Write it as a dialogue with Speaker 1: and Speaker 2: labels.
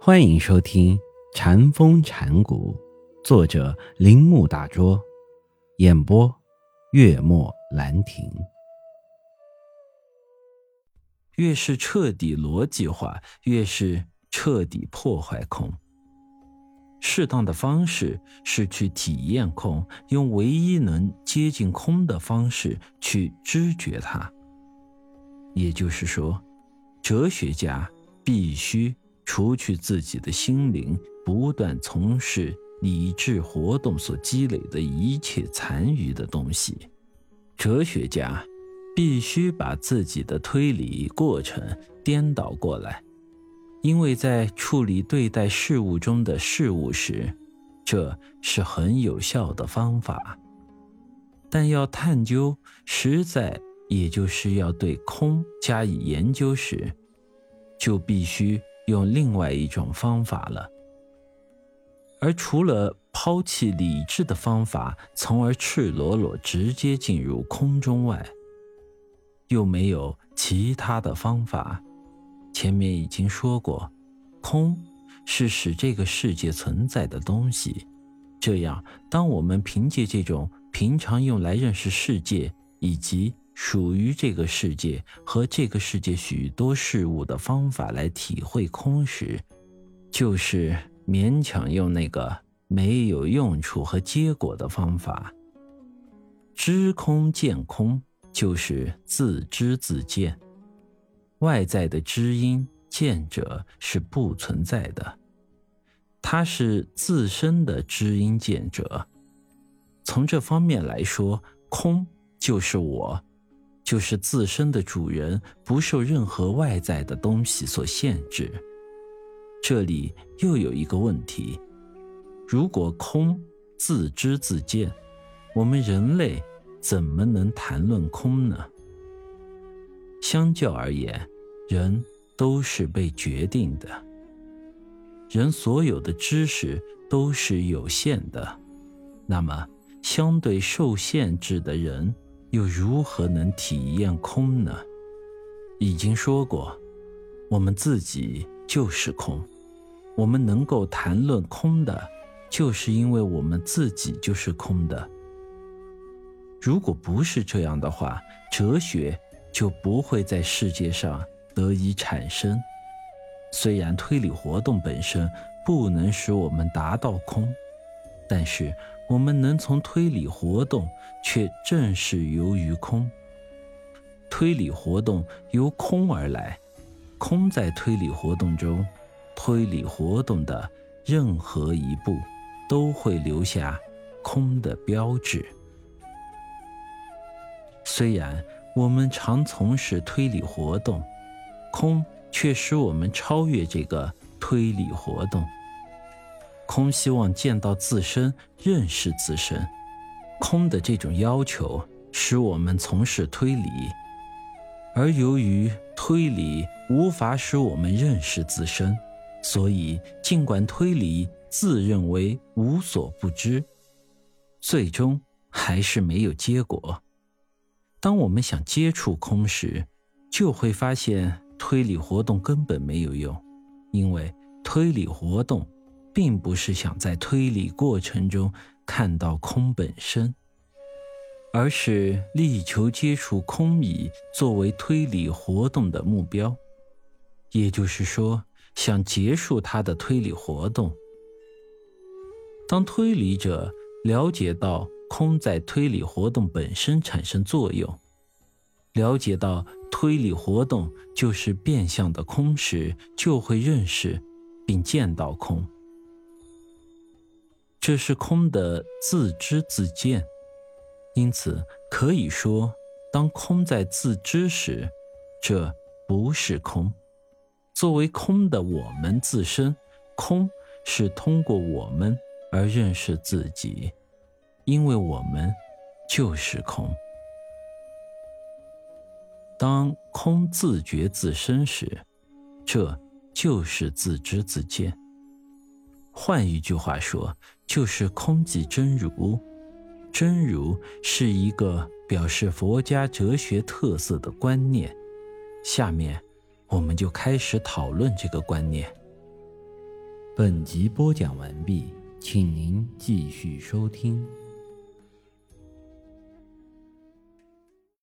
Speaker 1: 欢迎收听《禅风禅谷》，作者铃木大拙，演播月末兰亭。越是彻底逻辑化，越是彻底破坏空。适当的方式是去体验空，用唯一能接近空的方式去知觉它。也就是说，哲学家必须除去自己的心灵不断从事理智活动所积累的一切残余的东西，哲学家必须把自己的推理过程颠倒过来，因为在处理对待事物中的事物时，这是很有效的方法。但要探究实在，也就是要对空加以研究时，就必须用另外一种方法了。而除了抛弃理智的方法，从而赤裸裸直接进入空中外，又没有其他的方法。前面已经说过，空是使这个世界存在的东西，这样当我们凭借这种平常用来认识世界以及属于这个世界和这个世界许多事物的方法来体会空时，就是勉强用那个没有用处和结果的方法。知空见空就是自知自见，外在的知因见者是不存在的，它是自身的知因见者。从这方面来说，空就是我，就是自身的主人，不受任何外在的东西所限制。这里又有一个问题，如果空自知自见，我们人类怎么能谈论空呢？相较而言，人都是被决定的，人所有的知识都是有限的，那么相对受限制的人又如何能体验空呢？已经说过，我们自己就是空，我们能够谈论空的，就是因为我们自己就是空的。如果不是这样的话，哲学就不会在世界上得以产生。虽然推理活动本身不能使我们达到空，但是我们能从推理活动却正是由于空。推理活动由空而来，空在推理活动中，推理活动的任何一步都会留下空的标志。虽然我们常从事推理活动，空却使我们超越这个推理活动。空希望见到自身，认识自身，空的这种要求使我们从事推理，而由于推理无法使我们认识自身，所以尽管推理自认为无所不知，最终还是没有结果。当我们想接触空时，就会发现推理活动根本没有用，因为推理活动并不是想在推理过程中看到空本身，而是力求接触空已作为推理活动的目标，也就是说，想结束它的推理活动。当推理者了解到空在推理活动本身产生作用，了解到推理活动就是变相的空时，就会认识并见到空。这是空的自知自见，因此可以说，当空在自知时，这不是空。作为空的我们自身，空是通过我们而认识自己，因为我们就是空。当空自觉自身时，这就是自知自见。换一句话说，就是空即真如。真如是一个表示佛家哲学特色的观念，下面我们就开始讨论这个观念。
Speaker 2: 本集播讲完毕，请您继续收听。